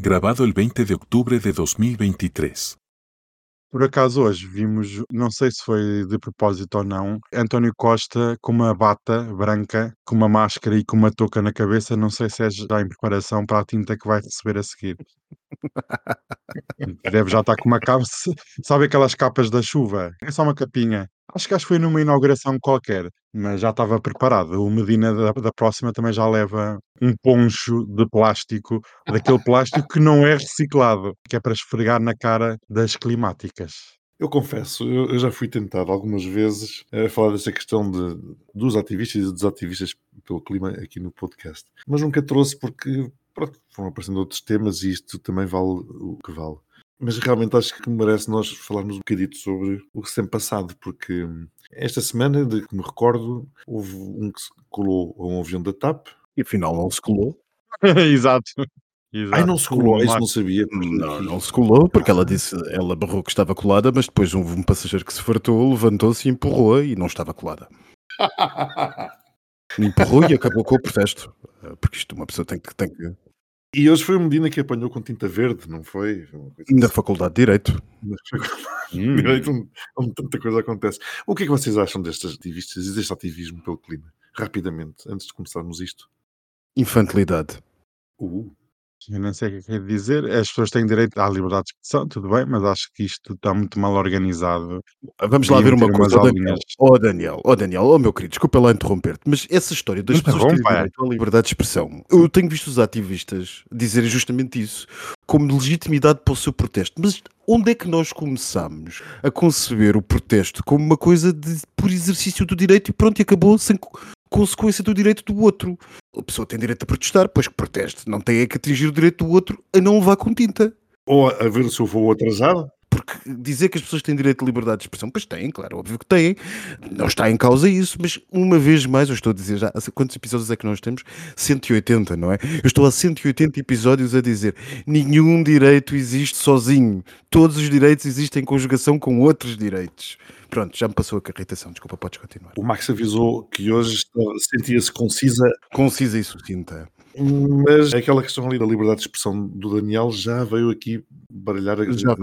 Grabado el 20 de octubre de 2023. Por acaso hoje vimos, não sei se foi de propósito ou não, António Costa com uma bata branca, com uma máscara e com uma touca na cabeça, não sei se é já em preparação para a tinta que vai receber a seguir. Deve já estar com uma capa, sabe aquelas capas da chuva? É só uma capinha. Acho que foi numa inauguração qualquer, mas já estava preparado. O Medina da próxima também já leva um poncho de plástico, daquele plástico que não é reciclado, que é para esfregar na cara das climáticas. Eu confesso, eu já fui tentado algumas vezes a falar dessa questão dos ativistas e dos ativistas pelo clima aqui no podcast. Mas nunca trouxe porque, pronto, foram aparecendo outros temas e isto também vale o que vale. Mas realmente acho que merece nós falarmos um bocadito sobre o que se tem passado, porque esta semana, de que me recordo, houve um que se colou a um avião da TAP. E afinal não se colou. Exato. Ai, não se colou, isso não sabia. Não se colou, porque ela barrou que estava colada, mas depois houve um passageiro que se fartou, levantou-se e empurrou e não estava colada. Empurrou e acabou com o protesto. Porque isto uma pessoa tem que... E hoje foi o Medina que apanhou com tinta verde, não foi? Da Faculdade de Direito. Direito, onde tanta coisa acontece. O que é que vocês acham destes ativistas e deste ativismo pelo clima? Rapidamente, antes de começarmos isto. Infantilidade. Eu não sei o que é que é de dizer. As pessoas têm direito à liberdade de expressão, tudo bem, mas acho que isto está muito mal organizado. Vamos lá ver uma coisa, aulinhas. Daniel, meu querido, desculpa lá interromper-te, mas essa história das pessoas terem direito à liberdade de expressão, eu tenho visto os ativistas dizerem justamente isso, como legitimidade para o seu protesto, mas onde é que nós começamos a conceber o protesto como uma coisa por exercício do direito e pronto, e acabou sem consequência do direito do outro? A pessoa tem direito a protestar, pois que proteste, não tem é que atingir o direito do outro a não levar com tinta. Ou a ver o seu voo atrasado? Porque dizer que as pessoas têm direito de liberdade de expressão, pois têm, claro, óbvio que têm, não está em causa isso, mas uma vez mais, eu estou a dizer já, quantos episódios é que nós temos? 180, não é? Eu estou há 180 episódios a dizer, nenhum direito existe sozinho, todos os direitos existem em conjugação com outros direitos. Pronto, já me passou a carretação, desculpa, podes continuar. O Max avisou que hoje sentia-se concisa e sucinta. Mas aquela questão ali da liberdade de expressão do Daniel já veio aqui baralhar.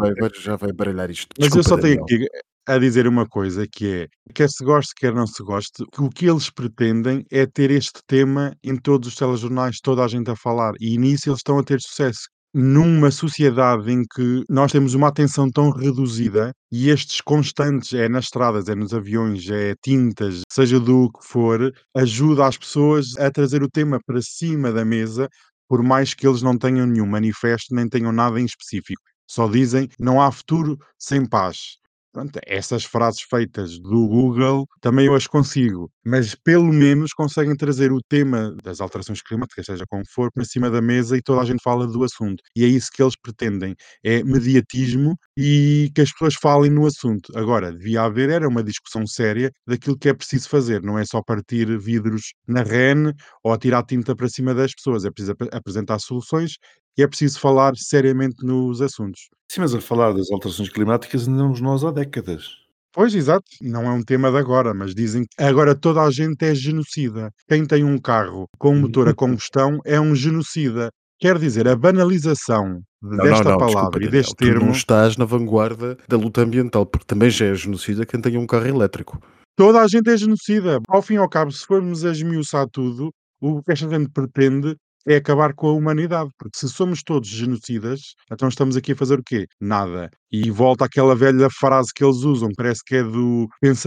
Já vai baralhar isto. Mas desculpa, eu só Daniel. tenho aqui a dizer uma coisa, que é, quer se goste, quer não se goste, que o que eles pretendem é ter este tema em todos os telejornais, toda a gente a falar, e nisso eles estão a ter sucesso. Numa sociedade em que nós temos uma atenção tão reduzida e estes constantes, é nas estradas, é nos aviões, é tintas, seja do que for, ajuda as pessoas a trazer o tema para cima da mesa, por mais que eles não tenham nenhum manifesto, nem tenham nada em específico. Só dizem, não há futuro sem paz. Pronto, essas frases feitas do Google também eu as consigo, mas pelo menos conseguem trazer o tema das alterações climáticas, seja como for, para cima da mesa e toda a gente fala do assunto. E é isso que eles pretendem, é mediatismo e que as pessoas falem no assunto. Agora, devia haver era uma discussão séria daquilo que é preciso fazer, não é só partir vidros na REN ou atirar tinta para cima das pessoas, é preciso apresentar soluções e é preciso falar seriamente nos assuntos. Sim, mas a falar das alterações climáticas andamos nós há décadas. Pois, exato. Não é um tema de agora, mas dizem que agora toda a gente é genocida. Quem tem um carro com motor a combustão é um genocida. Quer dizer, a banalização desta palavra desculpa, e Daniel, deste tu não termo, estás na vanguarda da luta ambiental, porque também já é genocida quem tenha um carro elétrico. toda a gente é genocida. Ao fim e ao cabo, se formos a esmiuçar tudo, o que esta gente pretende é acabar com a humanidade, porque se somos todos genocidas, então estamos aqui a fazer o quê? Nada. E volta àquela velha frase que eles usam, parece que é do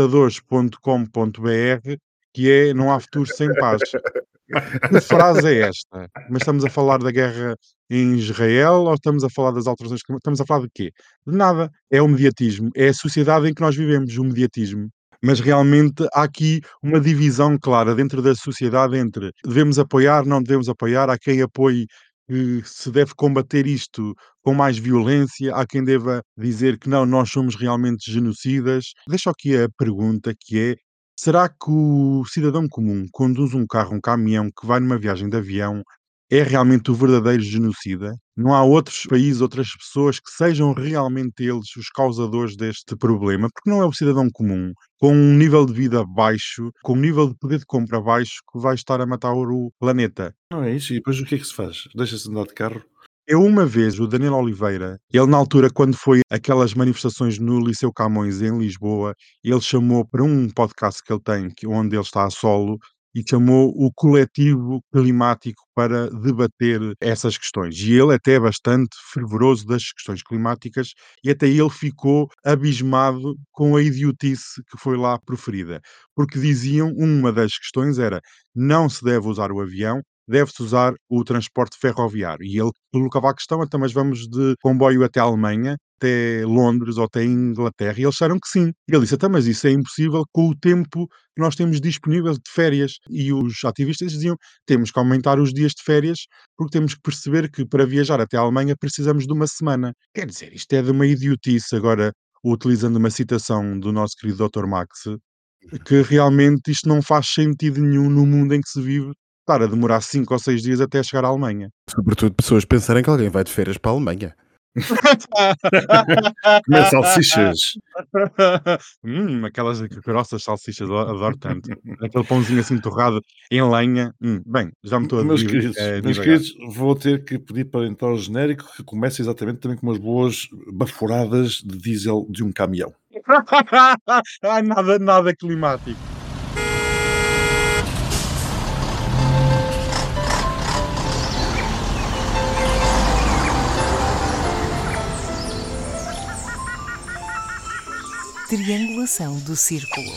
pensadores.com.br, que é não há futuro sem paz. Que frase é esta? Mas estamos a falar da guerra em Israel ou estamos a falar das alterações climáticas? Estamos a falar de quê? De nada. É o mediatismo. É a sociedade em que nós vivemos, o mediatismo. Mas realmente há aqui uma divisão clara dentro da sociedade entre devemos apoiar, não devemos apoiar, há quem apoie que se deve combater isto com mais violência, há quem deva dizer que não, nós somos realmente genocidas. Deixo aqui a pergunta que é: será que o cidadão comum conduz um carro, um caminhão, que vai numa viagem de avião, é realmente o verdadeiro genocida? Não há outros países, outras pessoas que sejam realmente eles os causadores deste problema? Porque não é o cidadão comum, com um nível de vida baixo, com um nível de poder de compra baixo, que vai estar a matar o planeta. Não é isso? E depois o que é que se faz? Deixa-se andar de carro? Eu uma vez, o Daniel Oliveira, ele na altura quando foi aquelas manifestações no Liceu Camões em Lisboa, ele chamou para um podcast que ele tem, onde ele está a solo, e chamou o coletivo climático para debater essas questões. E ele até é bastante fervoroso das questões climáticas e até ele ficou abismado com a idiotice que foi lá proferida. Porque diziam, uma das questões era, não se deve usar o avião, deve-se usar o transporte ferroviário. E ele colocava a questão, então, mas vamos de comboio até a Alemanha, até Londres ou até Inglaterra? E eles disseram que sim. E ele disse, então, mas isso é impossível com o tempo que nós temos disponível de férias. E os ativistas diziam, temos que aumentar os dias de férias porque temos que perceber que para viajar até a Alemanha precisamos de uma semana. Quer dizer, isto é de uma idiotice. Agora, utilizando uma citação do nosso querido Dr. Max, que realmente isto não faz sentido nenhum no mundo em que se vive estar a demorar 5 ou 6 dias até chegar à Alemanha. Sobretudo pessoas pensarem que alguém vai de férias para a Alemanha. Comer salsichas. Aquelas grossas salsichas, adoro tanto. Aquele pãozinho assim torrado em lenha. Bem, já me estou a Meus queridos, divagar. vou ter que pedir para entrar o genérico que começa exatamente também com umas boas baforadas de diesel de um caminhão. Nada climático. Triangulação do círculo.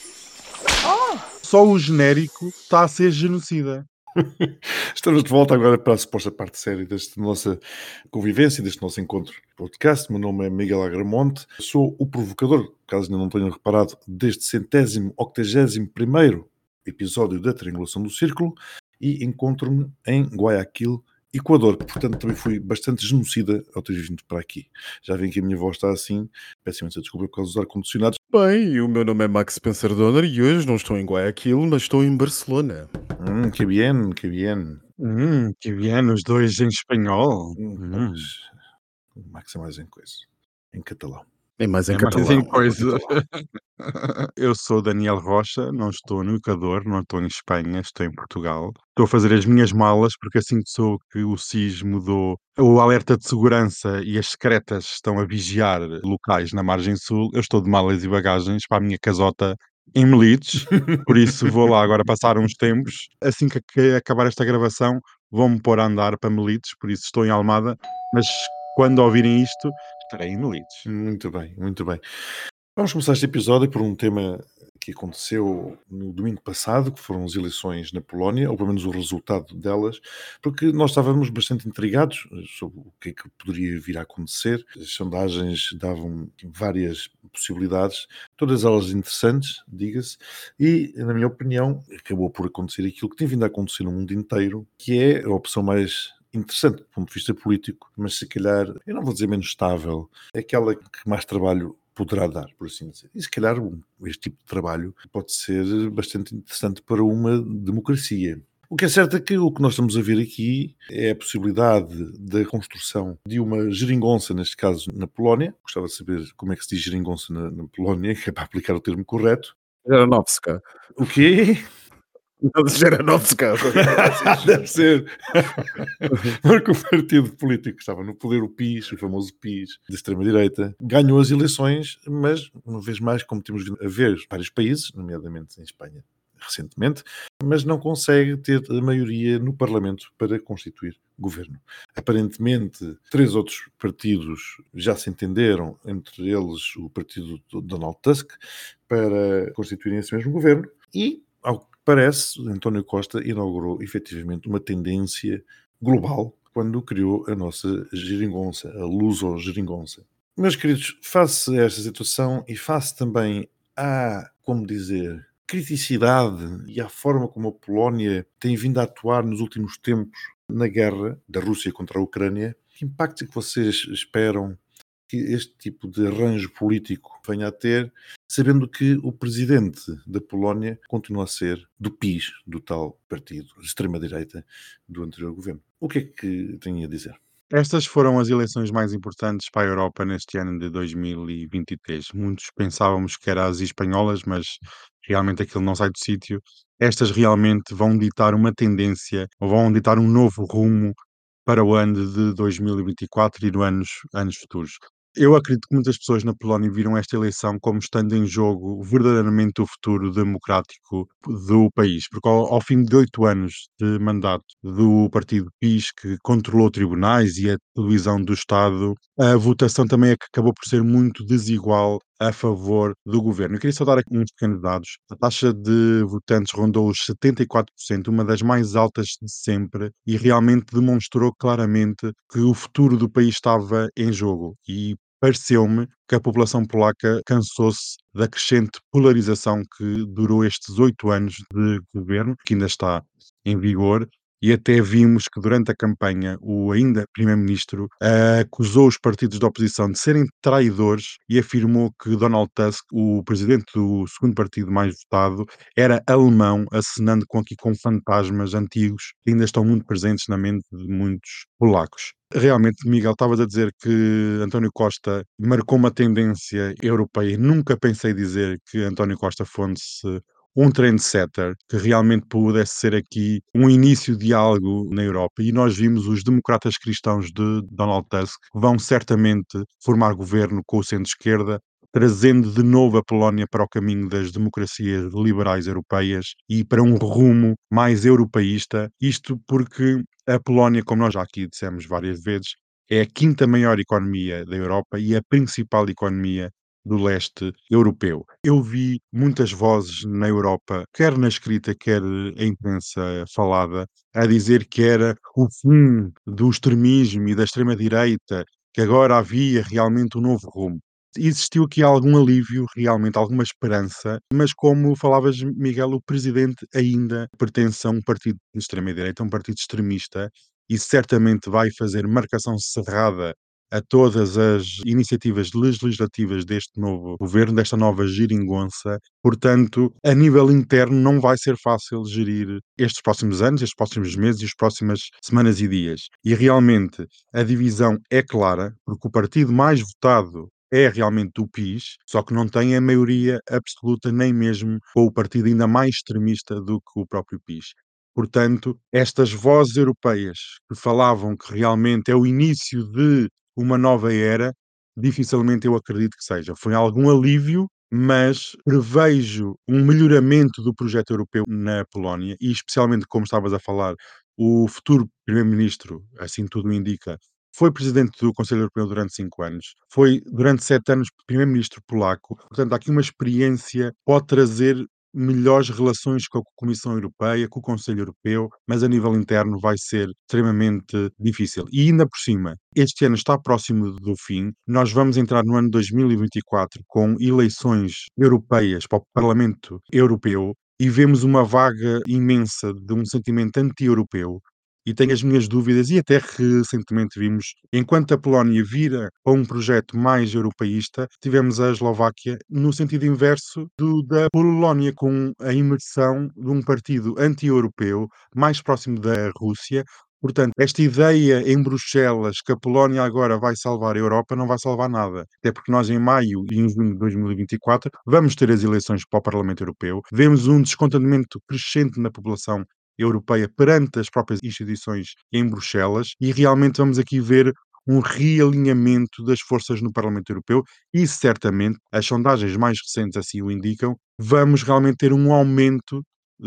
Só o genérico está a ser genocida. Estamos de volta agora para a suposta parte séria desta nossa convivência, deste nosso encontro podcast. Meu nome é Miguel Agramonte, sou o provocador, caso ainda não tenham reparado, deste 181º episódio da Triangulação do Círculo e encontro-me em Guayaquil, Equador. Portanto, também fui bastante genocida ao ter vindo para aqui. Já veem que a minha voz está assim, peço imensa desculpa por causa dos ar-condicionados. Bem, o meu nome é Max Spencer Donner e hoje não estou em Guayaquil, mas estou em Barcelona. Que bien, que bien. Que bien, os dois em espanhol. Pois, o Max é mais em coisa, em catalão. É mais em É mais catalão. em coisa. Eu sou Daniel Rocha, não estou no Equador, não estou em Espanha, estou em Portugal. Estou a fazer as minhas malas, porque assim que sou que o SIS mudou o alerta de segurança e as secretas estão a vigiar locais na margem sul, eu estou de malas e bagagens para a minha casota em Melides, por isso vou lá agora passar uns tempos. Assim que acabar esta gravação, vou-me pôr a andar para Melides, por isso estou em Almada, mas quando ouvirem isto, estarei em Melides. Muito bem, muito bem. Vamos começar este episódio por um tema que aconteceu no domingo passado, que foram as eleições na Polónia, ou pelo menos o resultado delas, porque nós estávamos bastante intrigados sobre o que é que poderia vir a acontecer. As sondagens davam várias possibilidades, todas elas interessantes, diga-se, e, na minha opinião, acabou por acontecer aquilo que tem vindo a acontecer no mundo inteiro, que é a opção mais interessante do ponto de vista político, mas se calhar, eu não vou dizer menos estável, é aquela que mais trabalho poderá dar, por assim dizer. E se calhar este tipo de trabalho pode ser bastante interessante para uma democracia. O que é certo é que o que nós estamos a ver aqui é a possibilidade da construção de uma geringonça, neste caso na Polónia. Gostava de saber como é que se diz geringonça na Polónia, que é para aplicar o termo correto. Jaranovska. O quê? Jaranovska. Deve ser. Porque o partido político que estava no poder, o PIS, o famoso PIS, de extrema-direita, ganhou as eleições, mas, uma vez mais, como temos vindo a ver vários países, nomeadamente em Espanha, recentemente, mas não consegue ter a maioria no Parlamento para constituir governo. Aparentemente, 3 outros partidos já se entenderam, entre eles o partido de Donald Tusk, para constituírem esse mesmo governo e, ao que parece, António Costa inaugurou efetivamente uma tendência global quando criou a nossa geringonça, a luso-geringonça. Meus queridos, face a esta situação e face também à, como dizer, criticidade e à forma como a Polónia tem vindo a atuar nos últimos tempos na guerra da Rússia contra a Ucrânia, que impacto é que vocês esperam que este tipo de arranjo político venha a ter, sabendo que o presidente da Polónia continua a ser do PIS, do tal partido de extrema-direita do anterior governo? O que é que têm a dizer? Estas foram as eleições mais importantes para a Europa neste ano de 2023. Muitos pensávamos que eram as espanholas, mas realmente aquilo não sai do sítio. Estas realmente vão ditar uma tendência, ou vão ditar um novo rumo para o ano de 2024 e no anos futuros. Eu acredito que muitas pessoas na Polónia viram esta eleição como estando em jogo verdadeiramente o futuro democrático do país, porque ao fim de 8 anos de mandato do partido PiS, que controlou tribunais e a televisão do Estado, a votação também é que acabou por ser muito desigual a favor do governo. Eu queria só dar aqui uns pequenos dados. A taxa de votantes rondou os 74%, uma das mais altas de sempre, e realmente demonstrou claramente que o futuro do país estava em jogo. E pareceu-me que a população polaca cansou-se da crescente polarização que durou estes 8 anos de governo, que ainda está em vigor, e até vimos que durante a campanha o ainda primeiro-ministro acusou os partidos da oposição de serem traidores e afirmou que Donald Tusk, o presidente do segundo partido mais votado, era alemão, acenando com fantasmas antigos que ainda estão muito presentes na mente de muitos polacos. Realmente, Miguel, estavas a dizer que António Costa marcou uma tendência europeia. Nunca pensei dizer que António Costa fosse um trendsetter, que realmente pudesse ser aqui um início de algo na Europa. E nós vimos os democratas cristãos de Donald Tusk que vão certamente formar governo com o centro-esquerda, trazendo de novo a Polónia para o caminho das democracias liberais europeias e para um rumo mais europeísta. Isto porque a Polónia, como nós já aqui dissemos várias vezes, é a quinta maior economia da Europa e a principal economia do leste europeu. Eu vi muitas vozes na Europa, quer na escrita, quer em imprensa falada, a dizer que era o fim do extremismo e da extrema-direita, que agora havia realmente um novo rumo. Existiu aqui algum alívio, realmente alguma esperança, mas como falavas, Miguel, o presidente ainda pertence a um partido de extrema-direita, um partido extremista, e certamente vai fazer marcação cerrada a todas as iniciativas legislativas deste novo governo, desta nova geringonça. Portanto, a nível interno não vai ser fácil gerir estes próximos anos, estes próximos meses e as próximas semanas e dias. E realmente a divisão é clara, porque o partido mais votado é realmente o PiS, só que não tem a maioria absoluta, nem mesmo com o partido ainda mais extremista do que o próprio PiS. Portanto, estas vozes europeias que falavam que realmente é o início de uma nova era, dificilmente eu acredito que seja. Foi algum alívio, mas prevejo um melhoramento do projeto europeu na Polónia e especialmente, como estavas a falar, o futuro primeiro-ministro, assim tudo indica, foi presidente do Conselho Europeu durante 5 anos, foi durante 7 anos primeiro-ministro polaco, portanto há aqui uma experiência, pode trazer melhores relações com a Comissão Europeia, com o Conselho Europeu, mas a nível interno vai ser extremamente difícil. E ainda por cima, este ano está próximo do fim, nós vamos entrar no ano 2024 com eleições europeias para o Parlamento Europeu e vemos uma vaga imensa de um sentimento anti-europeu. E tenho as minhas dúvidas, e até recentemente vimos, enquanto a Polónia vira para um projeto mais europeísta, tivemos a Eslováquia no sentido inverso da Polónia, com a imersão de um partido anti-europeu mais próximo da Rússia. Portanto, esta ideia em Bruxelas que a Polónia agora vai salvar a Europa não vai salvar nada. Até porque nós em maio e em junho de 2024 vamos ter as eleições para o Parlamento Europeu. Vemos um descontentamento crescente na população europeia perante as próprias instituições em Bruxelas e realmente vamos aqui ver um realinhamento das forças no Parlamento Europeu e certamente, as sondagens mais recentes assim o indicam, vamos realmente ter um aumento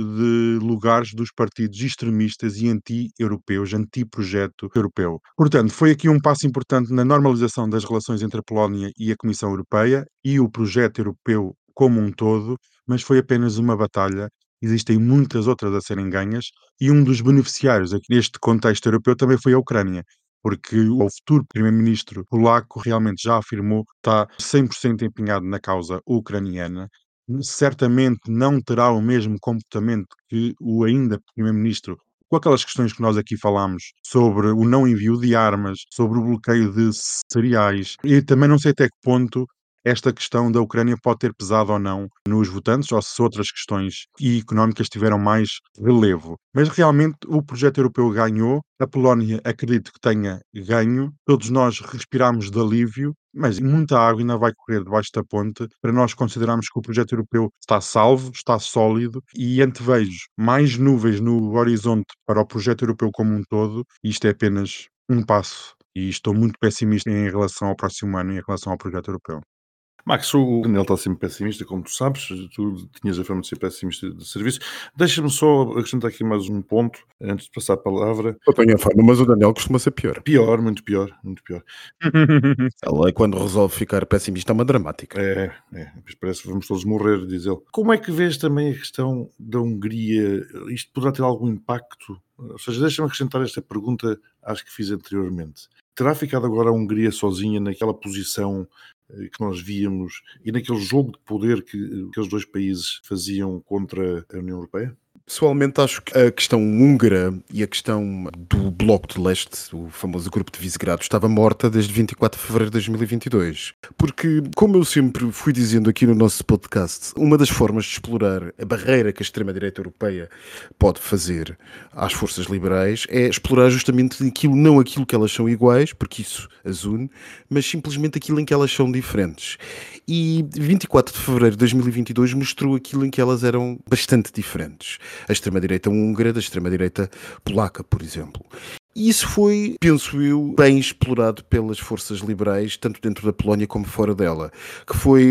de lugares dos partidos extremistas e anti-europeus, anti-projeto europeu. Portanto, foi aqui um passo importante na normalização das relações entre a Polónia e a Comissão Europeia e o projeto europeu como um todo, mas foi apenas uma batalha. Existem muitas outras a serem ganhas e um dos beneficiários aqui neste contexto europeu também foi a Ucrânia, porque o futuro primeiro-ministro polaco realmente já afirmou que está 100% empenhado na causa ucraniana. Certamente não terá o mesmo comportamento que o ainda primeiro-ministro, com aquelas questões que nós aqui falámos sobre o não envio de armas, sobre o bloqueio de cereais, e também não sei até que ponto esta questão da Ucrânia pode ter pesado ou não nos votantes, ou se outras questões económicas tiveram mais relevo. Mas realmente o projeto europeu ganhou, a Polónia acredito que tenha ganho, todos nós respiramos de alívio, mas muita água ainda vai correr debaixo da ponte para nós considerarmos que o projeto europeu está salvo, está sólido e antevejo mais nuvens no horizonte para o projeto europeu como um todo. Isto é apenas um passo e estou muito pessimista em relação ao próximo ano e em relação ao projeto europeu. Max, o Daniel está sempre pessimista, como tu sabes, tu tinhas a fama de ser pessimista de serviço. Deixa-me só acrescentar aqui mais um ponto, antes de passar a palavra. Eu tenho a fama, mas o Daniel costuma ser pior. Pior, muito pior, muito pior. Ela, quando resolve ficar pessimista, é uma dramática. Parece que vamos todos morrer, diz ele. Como é que vês também a questão da Hungria? Isto poderá ter algum impacto? Ou seja, deixa-me acrescentar esta pergunta às que fiz anteriormente. Terá ficado agora a Hungria sozinha naquela posição que nós víamos e naquele jogo de poder que aqueles dois países faziam contra a União Europeia? Pessoalmente acho que a questão húngara e a questão do Bloco de Leste, o famoso Grupo de Visegrado, estava morta desde 24 de fevereiro de 2022. Porque, como eu sempre fui dizendo aqui no nosso podcast, uma das formas de explorar a barreira que a extrema-direita europeia pode fazer às forças liberais é explorar justamente não aquilo que elas são iguais, porque isso as une, mas simplesmente aquilo em que elas são diferentes. E 24 de fevereiro de 2022 mostrou aquilo em que elas eram bastante diferentes. A extrema-direita húngara da extrema-direita polaca, por exemplo. E isso foi, penso eu, bem explorado pelas forças liberais, tanto dentro da Polónia como fora dela, que foi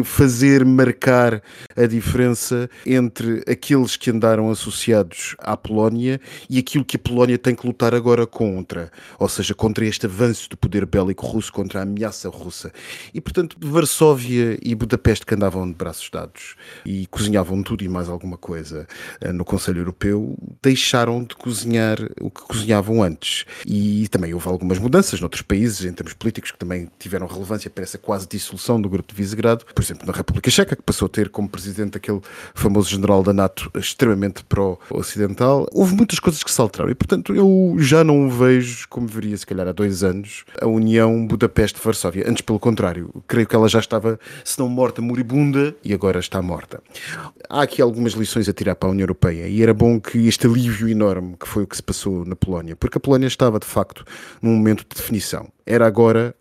marcar a diferença entre aqueles que andaram associados à Polónia e aquilo que a Polónia tem que lutar agora contra, ou seja, contra este avanço do poder bélico russo, contra a ameaça russa. E, portanto, Varsóvia e Budapeste, que andavam de braços dados e cozinhavam tudo e mais alguma coisa no Conselho Europeu, deixaram de cozinhar o que cozinhavam antes. E também houve algumas mudanças noutros países, em termos políticos, que também tiveram relevância para essa quase dissolução do Grupo de Visegrado. Por exemplo, na República Checa, que passou a ter como presidente aquele famoso general da NATO extremamente pró-ocidental. Houve muitas coisas que se alteraram e, portanto, eu já não vejo como veria, se calhar, há 2 anos, a União Budapeste-Varsóvia. Antes, pelo contrário, creio que ela já estava, se não morta, moribunda, e agora está morta. Há aqui algumas lições a tirar para a União Europeia e era bom que este alívio enorme que foi o que se passou na Polónia, porque a Polónia estava de facto num momento de definição. Era agora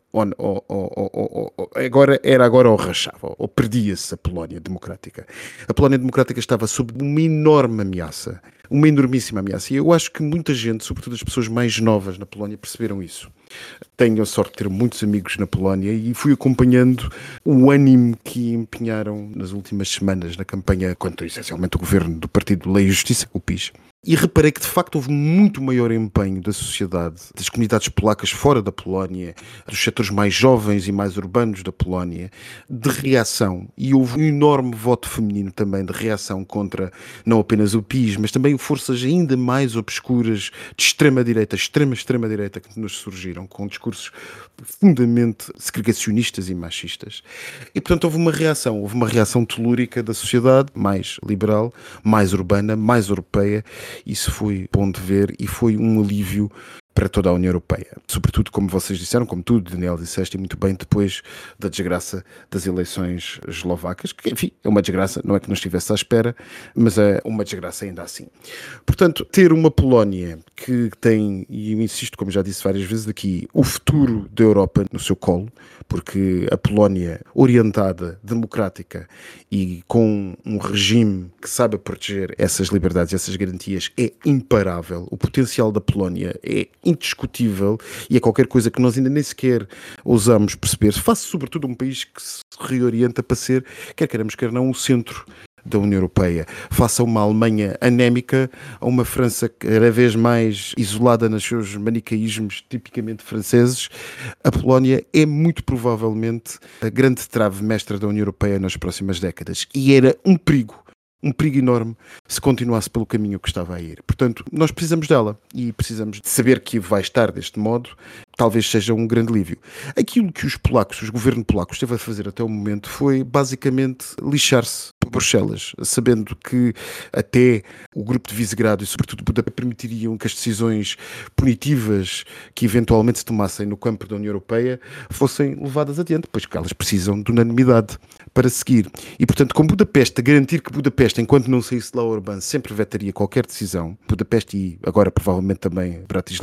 ou rachava, ou perdia-se a Polónia Democrática. A Polónia Democrática estava sob uma enorme ameaça, uma enormíssima ameaça. E eu acho que muita gente, sobretudo as pessoas mais novas na Polónia, perceberam isso. Tenho a sorte de ter muitos amigos na Polónia e fui acompanhando o ânimo que empenharam nas últimas semanas na campanha contra, essencialmente, o governo do Partido Lei e Justiça, o PiS. E reparei que, de facto, houve muito maior empenho da sociedade, das comunidades polacas fora da Polónia, dos setores mais jovens e mais urbanos da Polónia, de reação. E houve um enorme voto feminino também de reação contra não apenas o PiS, mas também forças ainda mais obscuras de extrema-direita, extrema-direita que nos surgiram, com discursos profundamente segregacionistas e machistas. E, portanto, houve uma reação telúrica da sociedade mais liberal, mais urbana, mais europeia. Isso foi bom de ver e foi um alívio para toda a União Europeia. Sobretudo, como vocês disseram, como tu, Daniel, disseste muito bem, depois da desgraça das eleições eslovacas, que, enfim, é uma desgraça, não é que não estivesse à espera, mas é uma desgraça ainda assim. Portanto, ter uma Polónia que tem, e eu insisto, como já disse várias vezes aqui, o futuro da Europa no seu colo, porque a Polónia orientada, democrática e com um regime que saiba proteger essas liberdades e essas garantias é imparável. O potencial da Polónia é indiscutível e é qualquer coisa que nós ainda nem sequer ousamos perceber, face sobretudo a um país que se reorienta para ser, quer queiramos quer não, o centro da União Europeia, face a uma Alemanha anémica, a uma França cada vez mais isolada nos seus manicaísmos tipicamente franceses. A Polónia é muito provavelmente a grande trave mestra da União Europeia nas próximas décadas e era um perigo enorme se continuasse pelo caminho que estava a ir. Portanto, nós precisamos dela e precisamos de saber que vai estar deste modo, talvez seja um grande alívio. Aquilo que o governo polaco esteve a fazer até o momento foi basicamente lixar-se por Bruxelas, sabendo que até o Grupo de Visegrado e sobretudo Budapeste permitiriam que as decisões punitivas que eventualmente se tomassem no campo da União Europeia fossem levadas adiante, pois que elas precisam de unanimidade para seguir. E, portanto, com Budapeste, a garantir que Budapeste, enquanto não saísse de lá o Orbán, sempre vetaria qualquer decisão, Budapeste e agora provavelmente também Bratislava,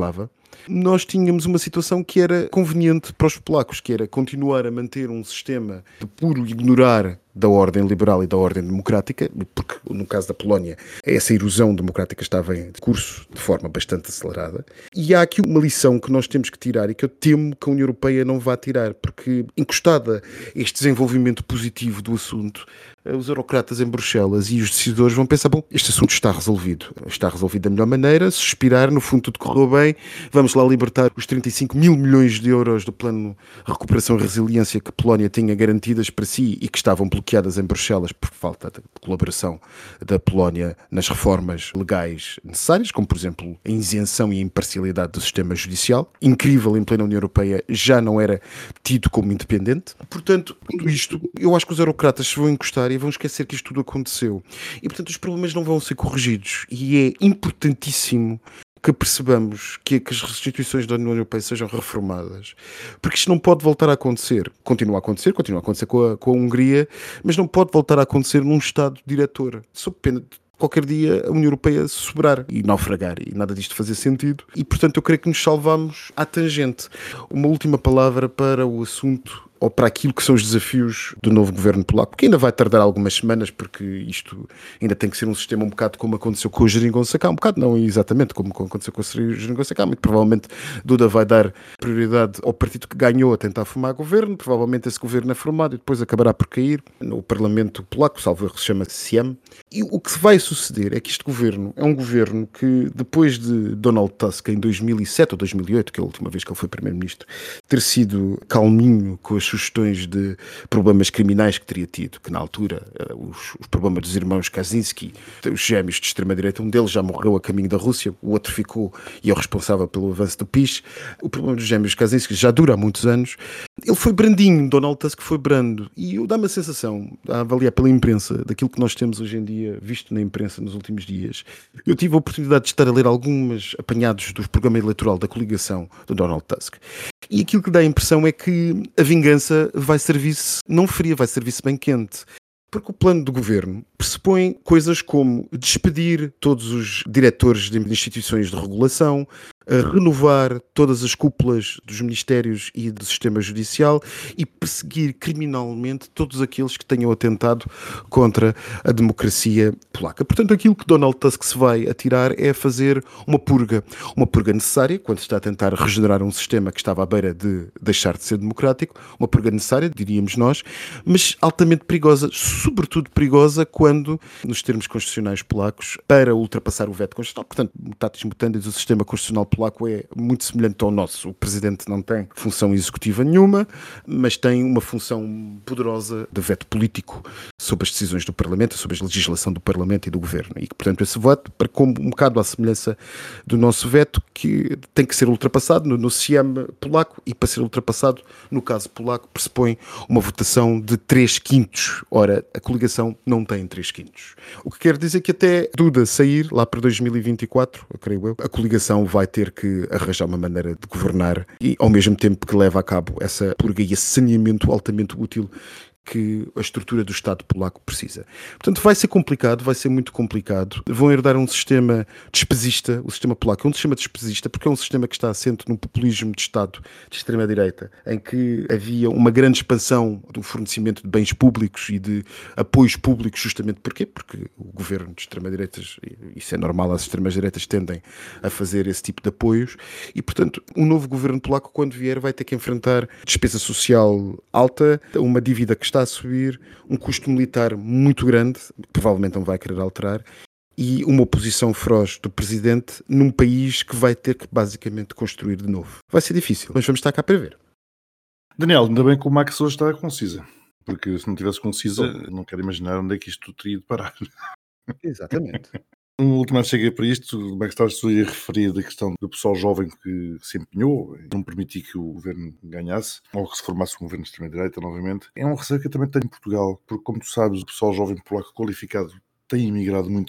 nós tínhamos uma situação que era conveniente para os polacos, que era continuar a manter um sistema de puro ignorar da ordem liberal e da ordem democrática, porque no caso da Polónia essa erosão democrática estava em curso de forma bastante acelerada. E há aqui uma lição que nós temos que tirar e que eu temo que a União Europeia não vá tirar, porque encostada este desenvolvimento positivo do assunto, os eurocratas em Bruxelas e os decisores vão pensar, bom, este assunto está resolvido da melhor maneira, suspirar, no fundo tudo correu bem, vamos lá libertar os 35 mil milhões de euros do plano de recuperação e resiliência que a Polónia tinha garantidas para si e que estavam bloqueadas em Bruxelas por falta de colaboração da Polónia nas reformas legais necessárias, como por exemplo a isenção e a imparcialidade do sistema judicial, incrível em plena União Europeia, já não era tido como independente. Portanto, tudo isto, eu acho que os eurocratas se vão encostar e vão esquecer que isto tudo aconteceu. E, portanto, os problemas não vão ser corrigidos. E é importantíssimo que percebamos que as instituições da União Europeia sejam reformadas. Porque isto não pode voltar a acontecer. Continua a acontecer com a Hungria, mas não pode voltar a acontecer num Estado diretor. Sob pena de qualquer dia a União Europeia sobrar e naufragar e nada disto fazer sentido. E, portanto, eu creio que nos salvamos à tangente. Uma última palavra para o assunto ou para aquilo que são os desafios do novo governo polaco, que ainda vai tardar algumas semanas, porque isto ainda tem que ser um sistema um bocado como aconteceu com o Geringonçaká, um bocado não exatamente como aconteceu com o Geringonçaká, muito provavelmente Duda vai dar prioridade ao partido que ganhou a tentar formar governo, provavelmente esse governo é formado e depois acabará por cair no Parlamento polaco, salvo erro, se chama Sejm. E o que vai suceder é que este governo é um governo que, depois de Donald Tusk, em 2007 ou 2008, que é a última vez que ele foi primeiro-ministro, ter sido calminho com as sugestões de problemas criminais que teria tido, que na altura os problemas dos irmãos Kaczynski, os gêmeos de extrema-direita, um deles já morreu a caminho da Rússia, o outro ficou e é o responsável pelo avanço do PiS. O problema dos gêmeos Kaczynski já dura há muitos anos. Ele foi brandinho, Donald Tusk foi brando, e dá-me a sensação, a avaliar pela imprensa, daquilo que nós temos hoje em dia, visto na imprensa nos últimos dias. Eu tive a oportunidade de estar a ler alguns apanhados do programa eleitoral da coligação do Donald Tusk. E aquilo que dá a impressão é que a vingança vai servir-se não fria, vai servir-se bem quente. Porque o plano do governo pressupõe coisas como despedir todos os diretores de instituições de regulação, renovar todas as cúpulas dos ministérios e do sistema judicial e perseguir criminalmente todos aqueles que tenham atentado contra a democracia polaca. Portanto, aquilo que Donald Tusk se vai atirar é fazer uma purga necessária, quando está a tentar regenerar um sistema que estava à beira de deixar de ser democrático, uma purga necessária, diríamos nós, mas altamente perigosa, sobretudo perigosa quando, nos termos constitucionais polacos, para ultrapassar o veto constitucional, portanto, mutatis mutandis, o sistema constitucional polaco é muito semelhante ao nosso. O presidente não tem função executiva nenhuma, mas tem uma função poderosa de veto político sobre as decisões do Parlamento, sobre a legislação do Parlamento e do Governo. E, portanto, esse voto, como um bocado à semelhança do nosso veto, que tem que ser ultrapassado no Sejm polaco, e para ser ultrapassado, no caso polaco, pressupõe uma votação de 3/5. Ora, a coligação não tem 3/5. O que quer dizer que até Duda sair, lá para 2024, eu creio eu, a coligação vai ter que arranjar uma maneira de governar e, ao mesmo tempo que leva a cabo essa purga e esse saneamento altamente útil que a estrutura do Estado polaco precisa. Portanto, vai ser complicado, vai ser muito complicado. Vão herdar um sistema despesista, o sistema polaco é um sistema despesista porque é um sistema que está assente num populismo de Estado de extrema-direita, em que havia uma grande expansão do fornecimento de bens públicos e de apoios públicos, justamente porquê? Porque o governo de extrema-direitas, isso é normal, as extremas-direitas tendem a fazer esse tipo de apoios e, portanto, o novo governo polaco, quando vier, vai ter que enfrentar despesa social alta, uma dívida que está a subir, um custo militar muito grande, provavelmente não vai querer alterar, e uma oposição feroz do presidente num país que vai ter que basicamente construir de novo. Vai ser difícil, mas vamos estar cá para ver. Daniel, ainda bem que o Max hoje está concisa, porque se não tivesse concisa, não quero imaginar onde é que isto teria de parar. Exatamente. Um último chega para isto, como é que estás a referir da questão do pessoal jovem que se empenhou em não permitir que o governo ganhasse, ou que se formasse um governo de extrema-direita novamente. É um receio que eu também tenho em Portugal, porque como tu sabes, o pessoal jovem polaco qualificado tem emigrado muitíssimo,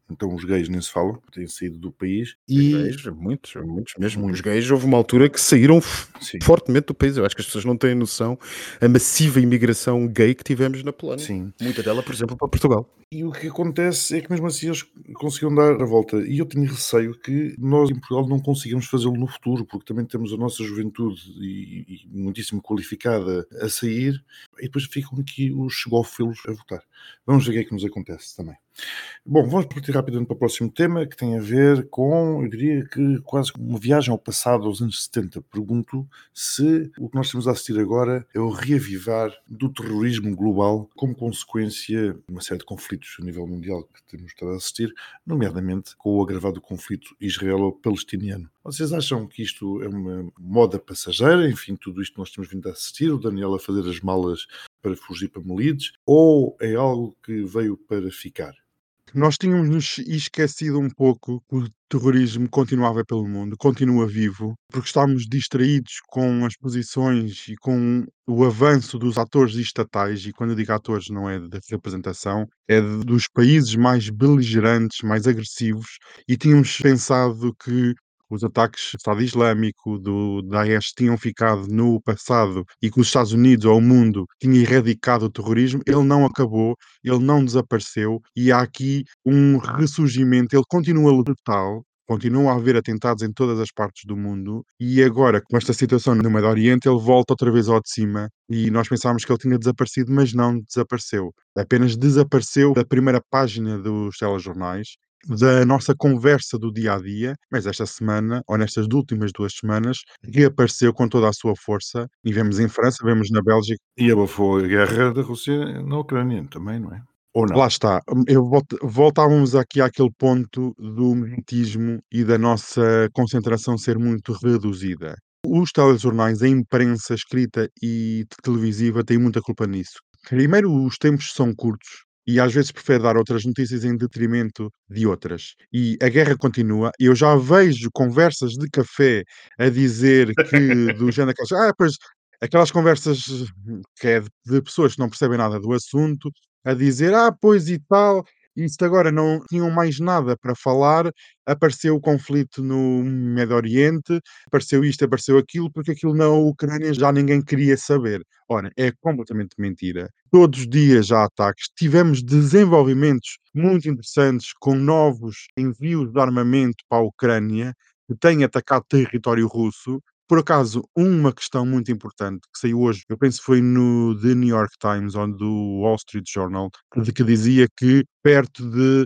então os gays nem se falam, têm saído do país. E gays, muitos mesmo. Os gays, houve uma altura que saíram fortemente do país. Eu acho que as pessoas não têm noção a massiva imigração gay que tivemos na Polónia. Sim. Muita dela, por exemplo, para Portugal. E o que acontece é que mesmo assim eles conseguiram dar a volta. E eu tenho receio que nós em Portugal não consigamos fazê-lo no futuro, porque também temos a nossa juventude e muitíssimo qualificada a sair, e depois ficam aqui os chegófilos a votar. Vamos ver o que é que nos acontece também. Bom, vamos partir rapidamente para o próximo tema, que tem a ver com, eu diria que quase uma viagem ao passado, aos anos 70. Pergunto se o que nós estamos a assistir agora é o reavivar do terrorismo global como consequência de uma série de conflitos a nível mundial que temos estado a assistir, nomeadamente com o agravado conflito israelo-palestiniano. Vocês acham que isto é uma moda passageira? Enfim, tudo isto nós temos vindo a assistir, o Daniel a fazer as malas para fugir para Melides, ou é algo que veio para ficar? Nós tínhamos esquecido um pouco que o terrorismo continuava pelo mundo, continua vivo, porque estamos distraídos com as posições e com o avanço dos atores estatais, e quando eu digo atores não é da representação, é dos países mais beligerantes, mais agressivos, e tínhamos pensado que os ataques do Estado Islâmico, do Daesh, tinham ficado no passado e que os Estados Unidos ou o mundo tinha erradicado o terrorismo. Ele não acabou, ele não desapareceu, e há aqui um ressurgimento. Ele continua letal, continua a haver atentados em todas as partes do mundo, e agora, com esta situação no Médio Oriente, ele volta outra vez ao de cima, e nós pensávamos que ele tinha desaparecido, mas não desapareceu. Apenas desapareceu da primeira página dos telejornais, da nossa conversa do dia a dia, mas esta semana, ou nestas últimas 2 semanas, reapareceu com toda a sua força, e vemos em França, vemos na Bélgica. E abafou a guerra da Rússia na Ucrânia também, não é? Ou não? Lá está, voltávamos aqui àquele ponto do mimetismo e da nossa concentração ser muito reduzida. Os telejornais, a imprensa escrita e televisiva têm muita culpa nisso. Primeiro, os tempos são curtos e às vezes prefere dar outras notícias em detrimento de outras. E a guerra continua. Eu já vejo conversas de café a dizer que do género pois aquelas conversas que é de pessoas que não percebem nada do assunto, a dizer: pois e tal, isto agora não tinham mais nada para falar, apareceu o conflito no Médio Oriente, apareceu isto, apareceu aquilo, porque aquilo na Ucrânia já ninguém queria saber. Ora, é completamente mentira. Todos os dias há ataques. Tivemos desenvolvimentos muito interessantes com novos envios de armamento para a Ucrânia, que têm atacado território russo. Por acaso, uma questão muito importante que saiu hoje, eu penso que foi no The New York Times ou do Wall Street Journal, que dizia que perto de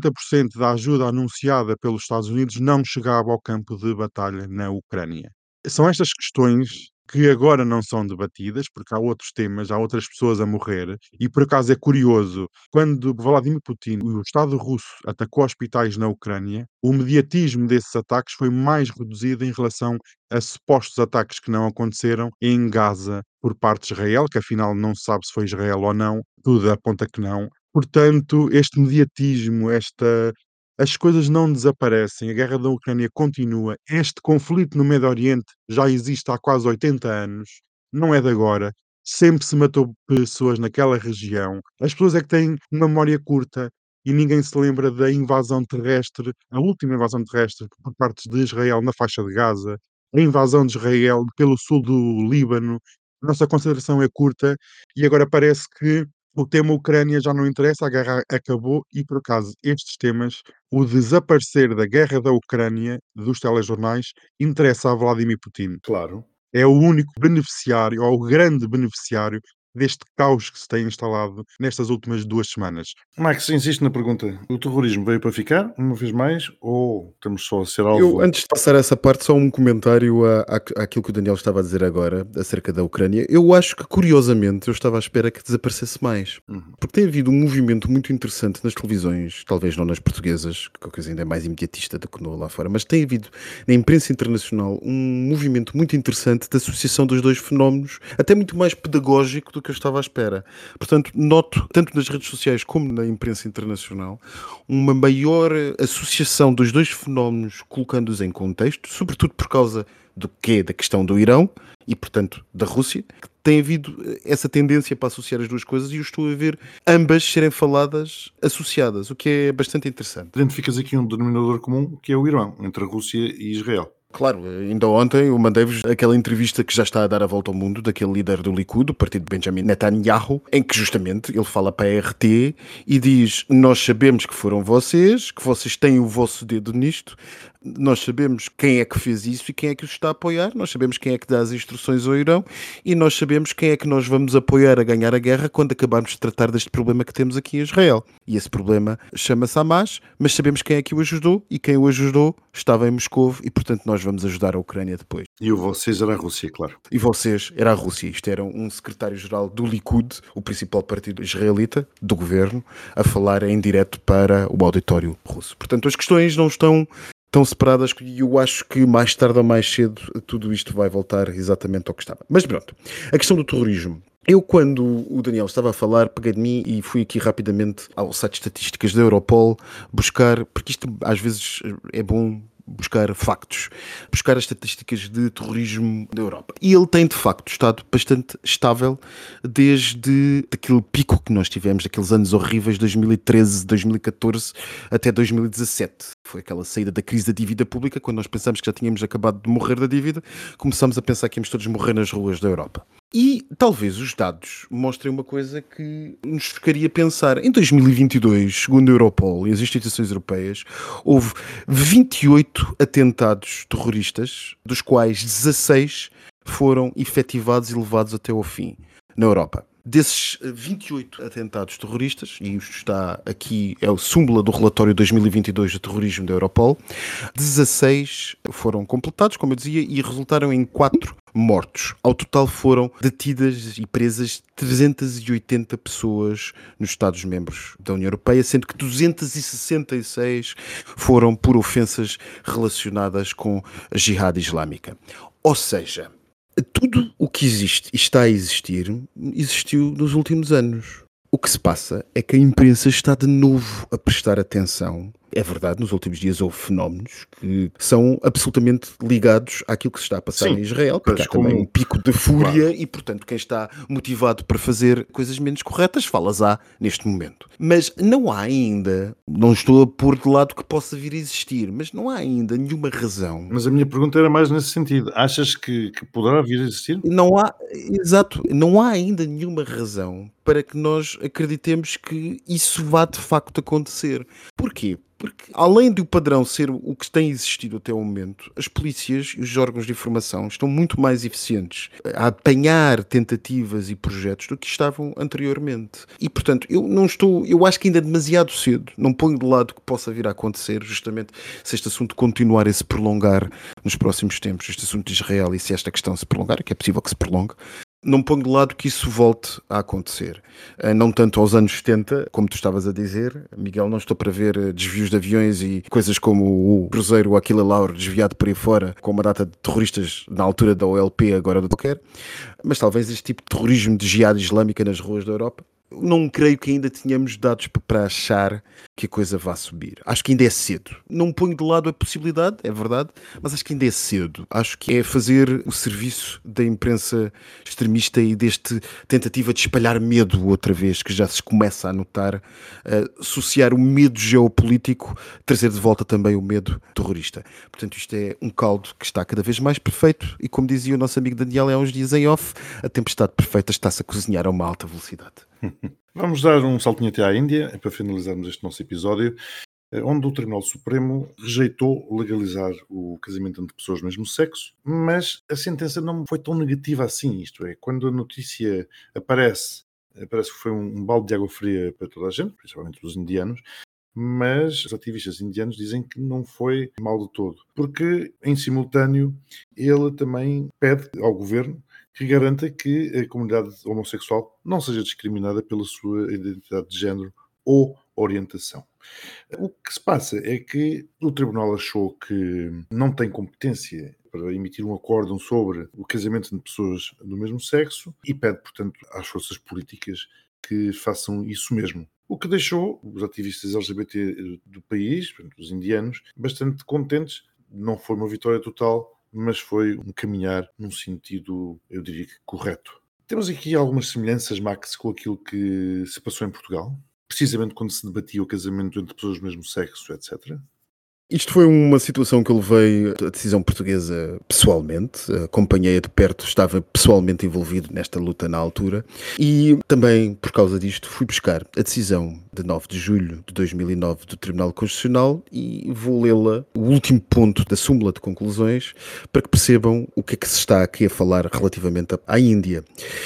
60% da ajuda anunciada pelos Estados Unidos não chegava ao campo de batalha na Ucrânia. São estas questões que agora não são debatidas, porque há outros temas, há outras pessoas a morrer, e por acaso é curioso, quando Vladimir Putin e o Estado russo atacou hospitais na Ucrânia, o mediatismo desses ataques foi mais reduzido em relação a supostos ataques que não aconteceram em Gaza por parte de Israel, que afinal não se sabe se foi Israel ou não, tudo aponta que não. Portanto, este mediatismo, as coisas não desaparecem, a guerra da Ucrânia continua, este conflito no Médio Oriente já existe há quase 80 anos, não é de agora, sempre se matou pessoas naquela região. As pessoas é que têm uma memória curta e ninguém se lembra da invasão terrestre, a última invasão terrestre por parte de Israel na faixa de Gaza, a invasão de Israel pelo sul do Líbano. A nossa consideração é curta e agora parece que o tema Ucrânia já não interessa, a guerra acabou e, por acaso, estes temas, o desaparecer da guerra da Ucrânia dos telejornais, interessa a Vladimir Putin. Claro. É o único beneficiário, ou o grande beneficiário, deste caos que se tem instalado nestas últimas 2 semanas. Max, insisto na pergunta. O terrorismo veio para ficar, uma vez mais, ou estamos só a ser alvo? Eu, antes de passar essa parte, só um comentário àquilo que o Daniel estava a dizer agora, acerca da Ucrânia. Eu acho que, curiosamente, eu estava à espera que desaparecesse mais. Porque tem havido um movimento muito interessante nas televisões, talvez não nas portuguesas, que a coisa ainda é mais imediatista do que no lá fora, mas tem havido na imprensa internacional um movimento muito interessante de associação dos dois fenómenos, até muito mais pedagógico do que eu estava à espera. Portanto, noto, tanto nas redes sociais como na imprensa internacional, uma maior associação dos dois fenómenos, colocando-os em contexto, sobretudo por causa do quê? Da questão do Irão e, portanto, da Rússia, que tem havido essa tendência para associar as duas coisas e eu estou a ver ambas serem faladas associadas, o que é bastante interessante. Identificas aqui um denominador comum que é o Irão, entre a Rússia e Israel. Claro, ainda ontem eu mandei-vos aquela entrevista que já está a dar a volta ao mundo daquele líder do Likud, do partido de Benjamin Netanyahu, em que justamente ele fala para a RT e diz: nós sabemos que foram vocês, que vocês têm o vosso dedo nisto, nós sabemos quem é que fez isso e quem é que os está a apoiar, nós sabemos quem é que dá as instruções ao Irão e nós sabemos quem é que nós vamos apoiar a ganhar a guerra quando acabarmos de tratar deste problema que temos aqui em Israel. E esse problema chama-se Hamas, mas sabemos quem é que o ajudou e quem o ajudou estava em Moscovo e, portanto, nós vamos ajudar a Ucrânia depois. E o vocês era a Rússia, claro. E vocês era a Rússia. Isto era um secretário-geral do Likud, o principal partido israelita do governo, a falar em direto para o auditório russo. Portanto, as questões não estão tão separadas e eu acho que mais tarde ou mais cedo tudo isto vai voltar exatamente ao que estava. Mas pronto, a questão do terrorismo. Eu, quando o Daniel estava a falar, peguei de mim e fui aqui rapidamente ao site de estatísticas da Europol buscar, porque isto às vezes é bom buscar factos, buscar as estatísticas de terrorismo da Europa. E ele tem, de facto, estado bastante estável desde aquele pico que nós tivemos, daqueles anos horríveis, 2013, 2014 até 2017. Foi aquela saída da crise da dívida pública, quando nós pensamos que já tínhamos acabado de morrer da dívida, começámos a pensar que íamos todos morrer nas ruas da Europa. E talvez os dados mostrem uma coisa que nos ficaria a pensar. Em 2022, segundo a Europol e as instituições europeias, houve 28 atentados terroristas, dos quais 16 foram efetivados e levados até ao fim na Europa. Desses 28 atentados terroristas, e isto está aqui, é o súmula do relatório 2022 do terrorismo da Europol, 16 foram completados, como eu dizia, e resultaram em 4 mortos. Ao total foram detidas e presas 380 pessoas nos Estados-membros da União Europeia, sendo que 266 foram por ofensas relacionadas com a Jihad Islâmica. Ou seja, tudo o que existe e está a existir, existiu nos últimos anos. O que se passa é que a imprensa está de novo a prestar atenção. É verdade, nos últimos dias houve fenómenos que são absolutamente ligados àquilo que se está a passar em Israel, porque há também um pico de fúria e, portanto, quem está motivado para fazer coisas menos corretas, falas neste momento. Mas não há ainda, não estou a pôr de lado que possa vir a existir, mas não há ainda nenhuma razão. Mas a minha pergunta era mais nesse sentido. Achas que poderá vir a existir? Não há, exato, não há ainda nenhuma razão para que nós acreditemos que isso vá de facto acontecer. Porquê? Porque, além do padrão ser o que tem existido até o momento, as polícias e os órgãos de informação estão muito mais eficientes a apanhar tentativas e projetos do que estavam anteriormente. E, portanto, eu acho que ainda é demasiado cedo, não ponho de lado que possa vir a acontecer, justamente se este assunto continuar a se prolongar nos próximos tempos, este assunto de Israel, e se esta questão se prolongar, que é possível que se prolongue, não ponho de lado que isso volte a acontecer. Não tanto aos anos 70, como tu estavas a dizer, Miguel, não estou para ver desvios de aviões e coisas como o cruzeiro Aquila Lauro desviado por aí fora, com uma data de terroristas na altura da OLP, agora do qualquer, mas talvez este tipo de terrorismo de jihad islâmica nas ruas da Europa. Não creio que ainda tenhamos dados para achar que a coisa vá subir. Acho que ainda é cedo. Não ponho de lado a possibilidade, é verdade, mas acho que ainda é cedo. Acho que é fazer o serviço da imprensa extremista e deste tentativa de espalhar medo outra vez, que já se começa a notar, associar o medo geopolítico, trazer de volta também o medo terrorista. Portanto, isto é um caldo que está cada vez mais perfeito e, como dizia o nosso amigo Daniel há uns dias em off, a tempestade perfeita está-se a cozinhar a uma alta velocidade. Vamos dar um saltinho até à Índia, para finalizarmos este nosso episódio, onde o Tribunal Supremo rejeitou legalizar o casamento entre pessoas do mesmo sexo, mas a sentença não foi tão negativa assim, isto é, quando a notícia aparece que foi um balde de água fria para toda a gente, principalmente os indianos, mas os ativistas indianos dizem que não foi mal de todo, porque em simultâneo ele também pede ao governo que garanta que a comunidade homossexual não seja discriminada pela sua identidade de género ou orientação. O que se passa é que o Tribunal achou que não tem competência para emitir um acórdão sobre o casamento entre pessoas do mesmo sexo e pede, portanto, às forças políticas que façam isso mesmo. O que deixou os ativistas LGBT do país, portanto, os indianos, bastante contentes. Não foi uma vitória total, mas foi um caminhar num sentido, eu diria que correto. Temos aqui algumas semelhanças, Max, com aquilo que se passou em Portugal, precisamente quando se debatia o casamento entre pessoas do mesmo sexo, etc. Isto foi uma situação que eu levei a decisão portuguesa pessoalmente, acompanhei-a de perto, estava pessoalmente envolvido nesta luta na altura e também por causa disto fui buscar a decisão de 9 de julho de 2009 do Tribunal Constitucional e vou lê-la, o último ponto da súmula de conclusões, para que percebam o que é que se está aqui a falar relativamente à Índia.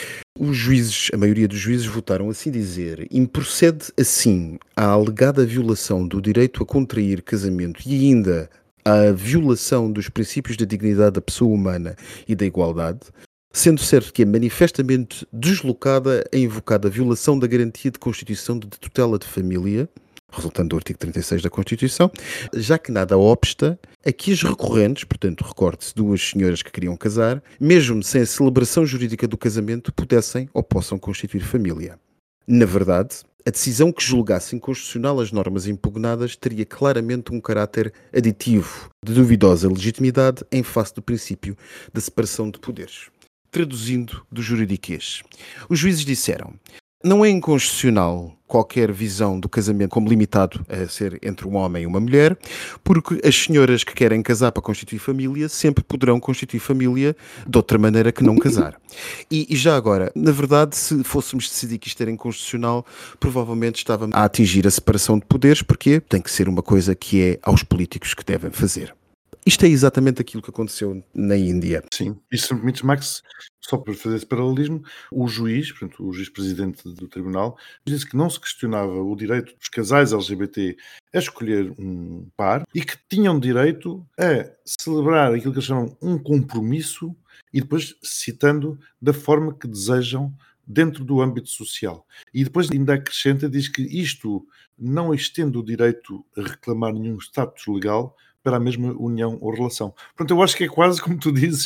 Os juízes, a maioria dos juízes votaram assim dizer, improcede assim a alegada violação do direito a contrair casamento e ainda a violação dos princípios da dignidade da pessoa humana e da igualdade, sendo certo que é manifestamente deslocada a invocada violação da garantia de constituição de tutela de família, resultando do artigo 36 da Constituição, já que nada obsta a que as recorrentes, portanto, recorde-se, duas senhoras que queriam casar, mesmo sem a celebração jurídica do casamento, pudessem ou possam constituir família. Na verdade, a decisão que julgasse inconstitucional as normas impugnadas teria claramente um caráter aditivo, de duvidosa legitimidade, em face do princípio da separação de poderes. Traduzindo do juridiquês, os juízes disseram: não é inconstitucional qualquer visão do casamento como limitado a ser entre um homem e uma mulher, porque as senhoras que querem casar para constituir família sempre poderão constituir família de outra maneira que não casar. E já agora, na verdade, se fôssemos decidir que isto era inconstitucional, provavelmente estávamos a atingir a separação de poderes, porque tem que ser uma coisa que é aos políticos que devem fazer. Isto é exatamente aquilo que aconteceu na Índia. Sim, e se me permites, Max, só para fazer esse paralelismo, o juiz, portanto, o juiz-presidente do tribunal, disse que não se questionava o direito dos casais LGBT a escolher um par e que tinham direito a celebrar aquilo que eles chamam um compromisso e depois citando da forma que desejam dentro do âmbito social. E depois ainda acrescenta, diz que isto não estende o direito a reclamar nenhum status legal para a mesma união ou relação. Portanto, eu acho que é quase, como tu dizes,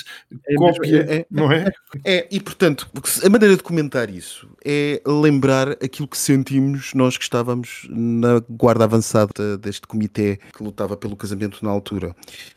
cópia, não é? E portanto, a maneira de comentar isso é lembrar aquilo que sentimos nós que estávamos na guarda avançada deste comitê que lutava pelo casamento na altura.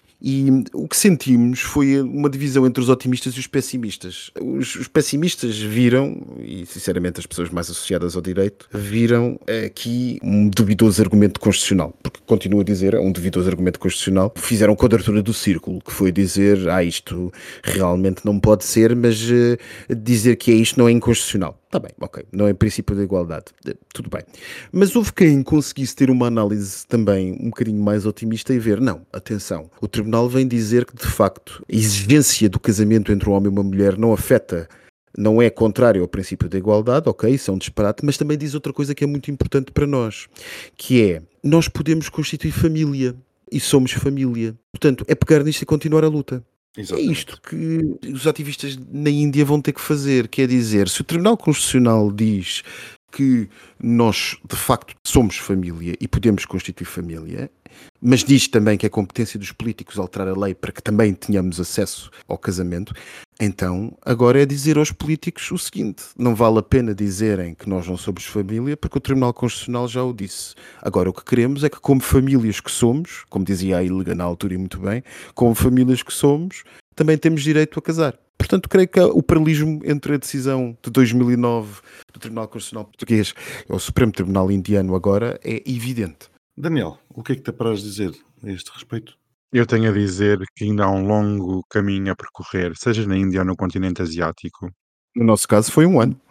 E o que sentimos foi uma divisão entre os otimistas e os pessimistas. Os pessimistas viram, e sinceramente as pessoas mais associadas ao direito, viram aqui um duvidoso argumento constitucional. Porque, continuo a dizer, é um duvidoso argumento constitucional. Fizeram quadratura do círculo, que foi dizer, isto realmente não pode ser, mas dizer que é isto não é inconstitucional. Está bem, ok, não é princípio da igualdade, tudo bem. Mas houve quem conseguisse ter uma análise também um bocadinho mais otimista e ver, não, atenção, o Tribunal vem dizer que de facto a exigência do casamento entre um homem e uma mulher não afeta, não é contrário ao princípio da igualdade, ok, isso é um disparate, mas também diz outra coisa que é muito importante para nós, que é, nós podemos constituir família e somos família. Portanto, é pegar nisto e continuar a luta. Exatamente. É isto que os ativistas na Índia vão ter que fazer, quer dizer, se o Tribunal Constitucional diz que nós de facto somos família e podemos constituir família, mas diz também que é competência dos políticos alterar a lei para que também tenhamos acesso ao casamento, então agora é dizer aos políticos o seguinte, não vale a pena dizerem que nós não somos família porque o Tribunal Constitucional já o disse. Agora o que queremos é que como famílias que somos, como dizia a Ilga na altura e muito bem, como famílias que somos, também temos direito a casar. Portanto, creio que o paralelismo entre a decisão de 2009 do Tribunal Constitucional Português e o Supremo Tribunal Indiano agora é evidente. Daniel, o que é que te apraz dizer a este respeito? Eu tenho a dizer que ainda há um longo caminho a percorrer, seja na Índia ou no continente asiático. No nosso caso foi um ano.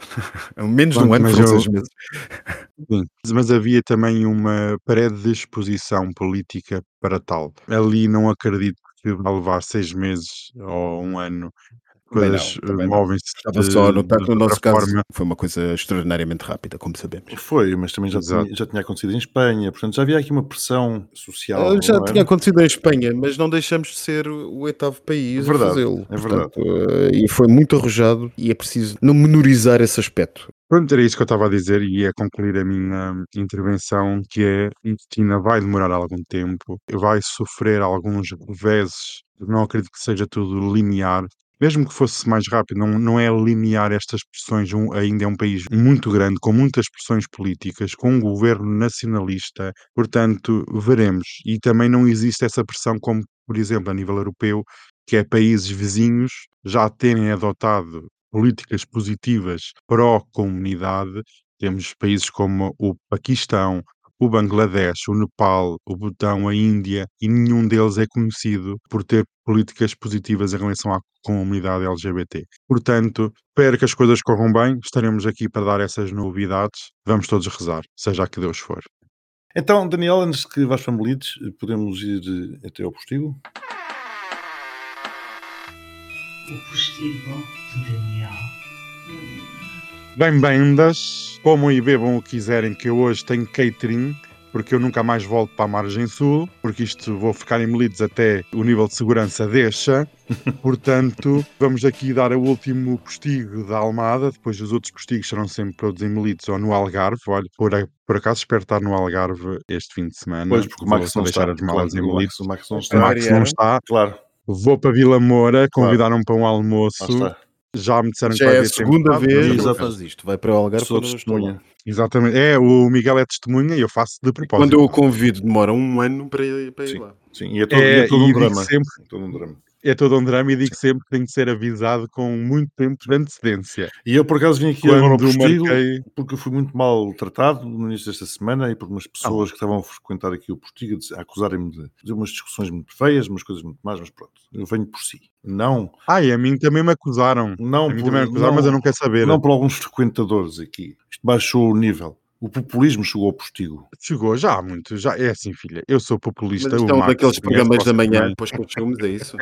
Menos de um ano, foram 6 meses. Sim, mas havia também uma parede de exposição política para tal. Ali não acredito que vai levar 6 meses ou um ano. Coisas movem-se. Estava só a notar que no nosso caso foi uma coisa extraordinariamente rápida, como sabemos. Foi, mas também já tinha acontecido em Espanha, portanto já havia aqui uma pressão social. Já tinha acontecido em Espanha, mas não deixamos de ser o 8º país a fazê-lo. É verdade. E foi muito arrojado e é preciso não menorizar esse aspecto. Pronto, era isso que eu estava a dizer e a concluir a minha intervenção, que é, isto ainda vai demorar algum tempo, vai sofrer alguns reveses, não acredito que seja tudo linear, mesmo que fosse mais rápido, não é linear estas pressões, ainda é um país muito grande, com muitas pressões políticas, com um governo nacionalista, portanto, veremos. E também não existe essa pressão como, por exemplo, a nível europeu, que é países vizinhos já terem adotado políticas positivas pró-comunidade. Temos países como o Paquistão, o Bangladesh, o Nepal, o Butão, a Índia, e nenhum deles é conhecido por ter políticas positivas em relação à comunidade LGBT. Portanto, espero que as coisas corram bem, estaremos aqui para dar essas novidades. Vamos todos rezar, seja a que Deus for. Então, Daniel, antes que vás para Melides, podemos ir até ao postigo? O postigo de Daniel. Bem-vindas, comam e bebam o que quiserem, que eu hoje tenho catering, porque eu nunca mais volto para a margem sul, porque isto vou ficar em Melides até o nível de segurança deixa. Portanto, vamos aqui dar o último postigo da Almada, depois os outros postigos serão sempre todos em Melides ou no Algarve. Olha, por acaso espero estar no Algarve este fim de semana. Pois, porque o Max vou não deixar está. as malas Claro, em Melides. o Max não O está. Max não está. Claro, Vou para Vila Moura, Claro. convidaram-me para um lá almoço. está. Já me disseram que Já vai é a haver segunda tempestade, vez mas que eu ele vou. faz isto. Vai para o Algarve Sou quando eu não estou lá. testemunha. Exatamente. É, o Miguel é testemunha e eu faço de E quando propósito. eu o convido, demora um ano para ir Sim. lá. Sim, e é todo um digo drama. sempre, É todo um drama. é todo um drama e digo sempre que tem de ser avisado com muito tempo de antecedência. E eu, por acaso, vim aqui agora ao Quando postigo, marquei. porque eu fui muito mal tratado no início desta semana e por umas Ah, pessoas que estavam a frequentar aqui o postigo a acusarem-me de fazer umas discussões muito feias, umas coisas muito más, mas pronto, eu venho por si. Não, Ai, a mim também me acusaram. não A mim por, também me acusaram, mas eu não quero saber. não por alguns frequentadores aqui. Isto baixou o nível. O populismo chegou ao postigo. Chegou já há muito. Já é assim, filha. Eu sou Mas populista. isto O é um Max daqueles conhece, programas da você manhã, também. depois que nós chegamos, é isso?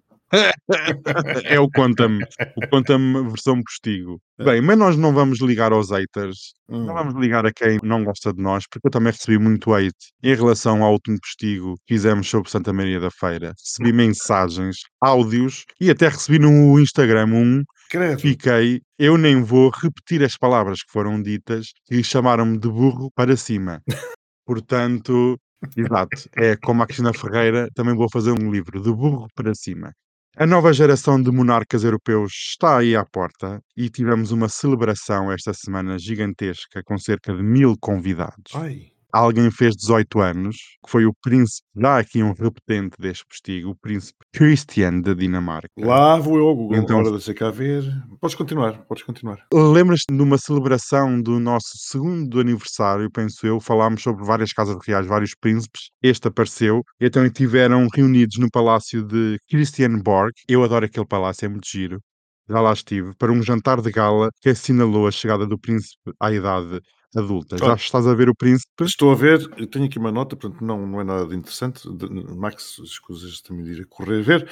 É o conta-me versão postigo. Bem, mas nós não vamos ligar aos haters, não vamos ligar a quem não gosta de nós, porque eu também recebi muito hate em relação ao último postigo que fizemos sobre Santa Maria da Feira. Recebi mensagens, áudios e até recebi no Instagram Credo. fiquei, eu nem vou repetir as palavras que foram ditas e chamaram-me de burro para cima. Portanto, exato, é como a Cristina Ferreira, também vou fazer um livro de burro para cima. A nova geração de monarcas europeus está aí à porta e tivemos uma celebração esta semana gigantesca com cerca de 1000 convidados. Ai, Alguém fez 18 anos, que foi o príncipe, dá aqui um repetente deste postigo, o príncipe Christian da Dinamarca. lá vou eu ao Google. Então, Agora deixa cá ver. Podes continuar. lembras-te de uma celebração do nosso segundo aniversário, penso eu, falámos sobre várias casas reais, vários príncipes, este apareceu, então estiveram reunidos no palácio de Christianborg, eu adoro aquele palácio, é muito giro, já lá estive, para um jantar de gala que assinalou a chegada do príncipe à idade adulta. Já Olha, estás a ver o príncipe? estou a ver, eu tenho aqui uma nota, portanto não é nada de interessante. Max, as coisas também de ir a correr ver.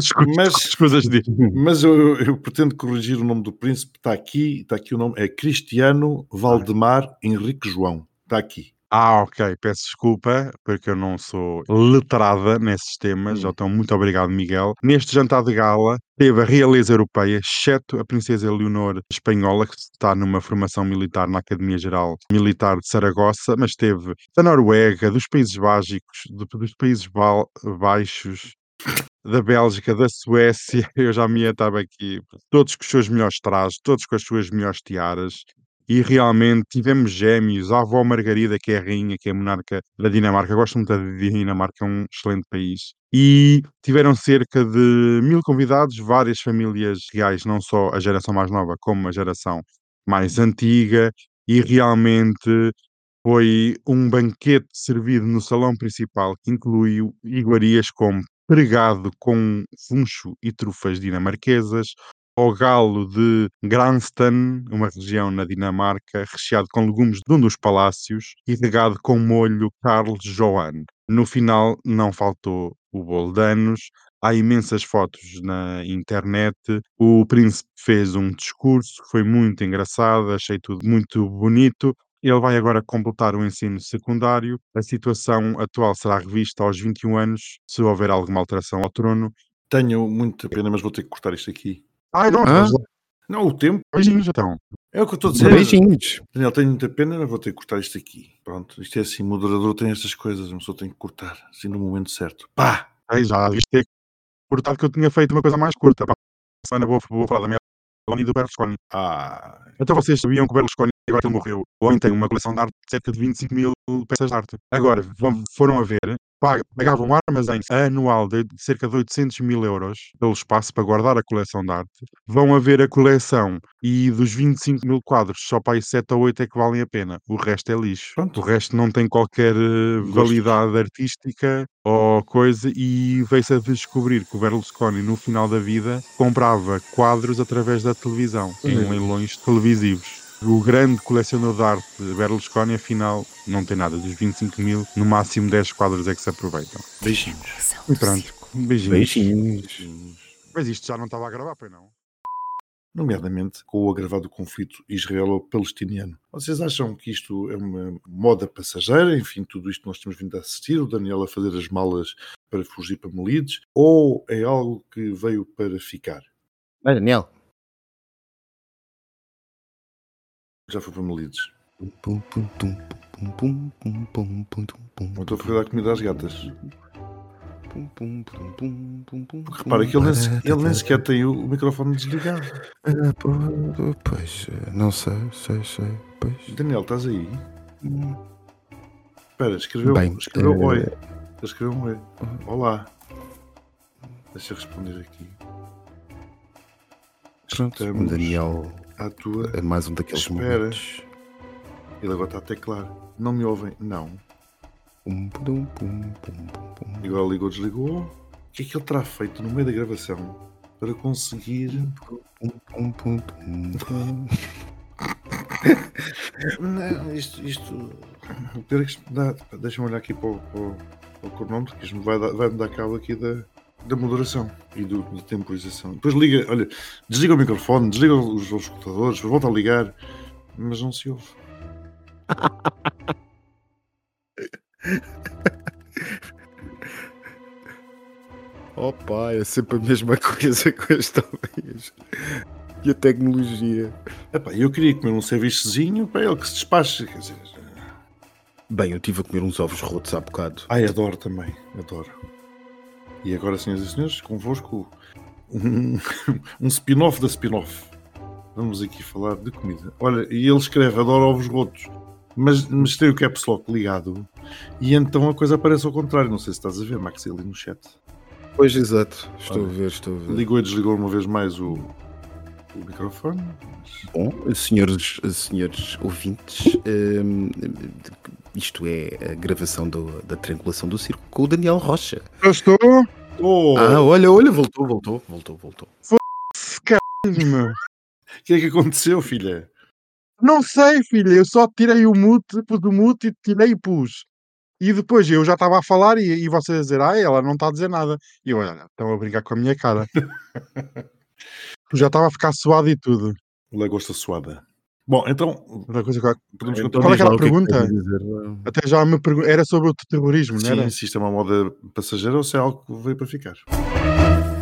As coisas dele. Mas eu pretendo corrigir o nome do príncipe. Está aqui o nome. É Cristiano Valdemar Henrique João. Está aqui. Ok, peço desculpa, porque eu não sou letrada nesses temas, então muito obrigado, Miguel. Neste jantar de gala, teve a realeza europeia, exceto a princesa Leonor espanhola, que está numa formação militar na Academia Geral Militar de Saragossa, mas teve da Noruega, dos Países Básicos, dos Países Baixos, da Bélgica, da Suécia, eu já me estava aqui, todos com os seus melhores trajes, todos com as suas melhores tiaras, e realmente tivemos gêmeos, a avó Margarida, que é a rainha, que é a monarca da Dinamarca, eu gosto muito da Dinamarca, é um excelente país, e tiveram cerca de 1000 convidados, várias famílias reais, não só a geração mais nova, como a geração mais antiga, e realmente foi um banquete servido no salão principal que incluiu iguarias como pregado com funcho e trufas dinamarquesas, ao galo de Gransten, uma região na Dinamarca, recheado com legumes de um dos palácios e regado com molho Carl Johan. No final não faltou o bolo de anos, há imensas fotos na internet, o príncipe fez um discurso, foi muito engraçado, achei tudo muito bonito. Ele vai agora completar o ensino secundário. A situação atual será revista aos 21 anos, se houver alguma alteração ao trono. Tenho muita pena, mas vou ter que cortar isto aqui. Ai, não, Ah? Não, o tempo. beijinhos então. É o que eu estou a dizer. Beijinhos. Daniel, tenho muita pena, mas vou ter que cortar isto aqui. Pronto, isto é assim, o moderador tem estas coisas, uma pessoa tem que cortar, assim no momento certo. Pá! Ai, já viste ter cortado que eu tinha feito uma coisa mais curta. Pá. Semana vou falar da minha e do Berlusconi. Ah, Então vocês sabiam que o Berlusconi, agora que ele morreu, o homem tem uma coleção de arte de cerca de 25 mil peças de arte. Agora, foram a ver, pagava um armazém anual de cerca de 800 mil euros pelo espaço para guardar a coleção de arte. Vão a ver a coleção e dos 25 mil quadros, só para aí 7 ou 8 é que valem a pena. O resto é lixo. Pronto. O resto não tem qualquer validade artística ou coisa, e veio-se a descobrir que o Berlusconi, no final da vida, comprava quadros através da televisão, em leilões televisivos. O grande colecionador de arte Berlusconi, afinal, não tem nada. Dos 25 mil, no máximo 10 quadros é que se aproveitam. Beijinhos. E pronto, Beijinhos. Mas isto já não estava a gravar, pois não? Nomeadamente com o agravado conflito israelo-palestiniano. Vocês acham que isto é uma moda passageira? Enfim, tudo isto nós temos vindo a assistir, o Daniel a fazer as malas para fugir para Melides, ou é algo que veio para ficar? Vai, Daniel. Já foi para Melides. Ou estou a fazer a comida às gatas. Porque repara que ele nem sequer tem o microfone desligado. Pois, não sei. Pois. Daniel, estás aí? Espera, escreveu oi. Ele escreveu um oi. Olá. Deixa eu responder aqui. Pronto, o Daniel à tua é mais um daqueles espera. momentos. Ele agora está a teclar. Não me ouvem? Não. Agora ligou, desligou. O que é que ele terá feito no meio da gravação para conseguir... Não, isto... O pior é que isto dá... Deixa-me olhar aqui para o cronómetro, que isto vai-me dar cabo aqui da moderação e da temporização. Depois liga, olha, desliga o microfone, desliga os escutadores, volta a ligar, mas não se ouve. Opa, é sempre a mesma coisa com esta vez. E a tecnologia. Epá, eu queria comer um serviçozinho para ele que se despache, quer dizer... Bem, eu estive a comer uns ovos rotos há bocado. Ai, adoro também, adoro. E agora, senhoras e senhores, convosco um spin-off da spin-off. Vamos aqui falar de comida. Olha, e ele escreve, adoro ovos rotos, mas tem o caps lock ligado, e então a coisa aparece ao contrário. Não sei se estás a ver, Max, ali no chat. Pois, exato. Estou a ver. Ligou e desligou uma vez mais o microfone. Bom, senhores ouvintes, isto é a gravação da Triangulação do Circo com o Daniel Rocha. Eu estou... Olha, voltou. F***se, caralho, meu. O que é que aconteceu, filha? Não sei, filha, eu só tirei o mute, pus o mute e tirei e pus. E depois eu já estava a falar e vocês a dizer, ela não está a dizer nada. E eu, olha, estão a brincar com a minha cara. Eu já estava a ficar suado e tudo. Lagosta suada. Bom, então, podemos continuar. Qual é aquela pergunta? Que Até já me era sobre o terrorismo, não era? Sim, se isto é uma moda passageira ou se é algo que veio para ficar.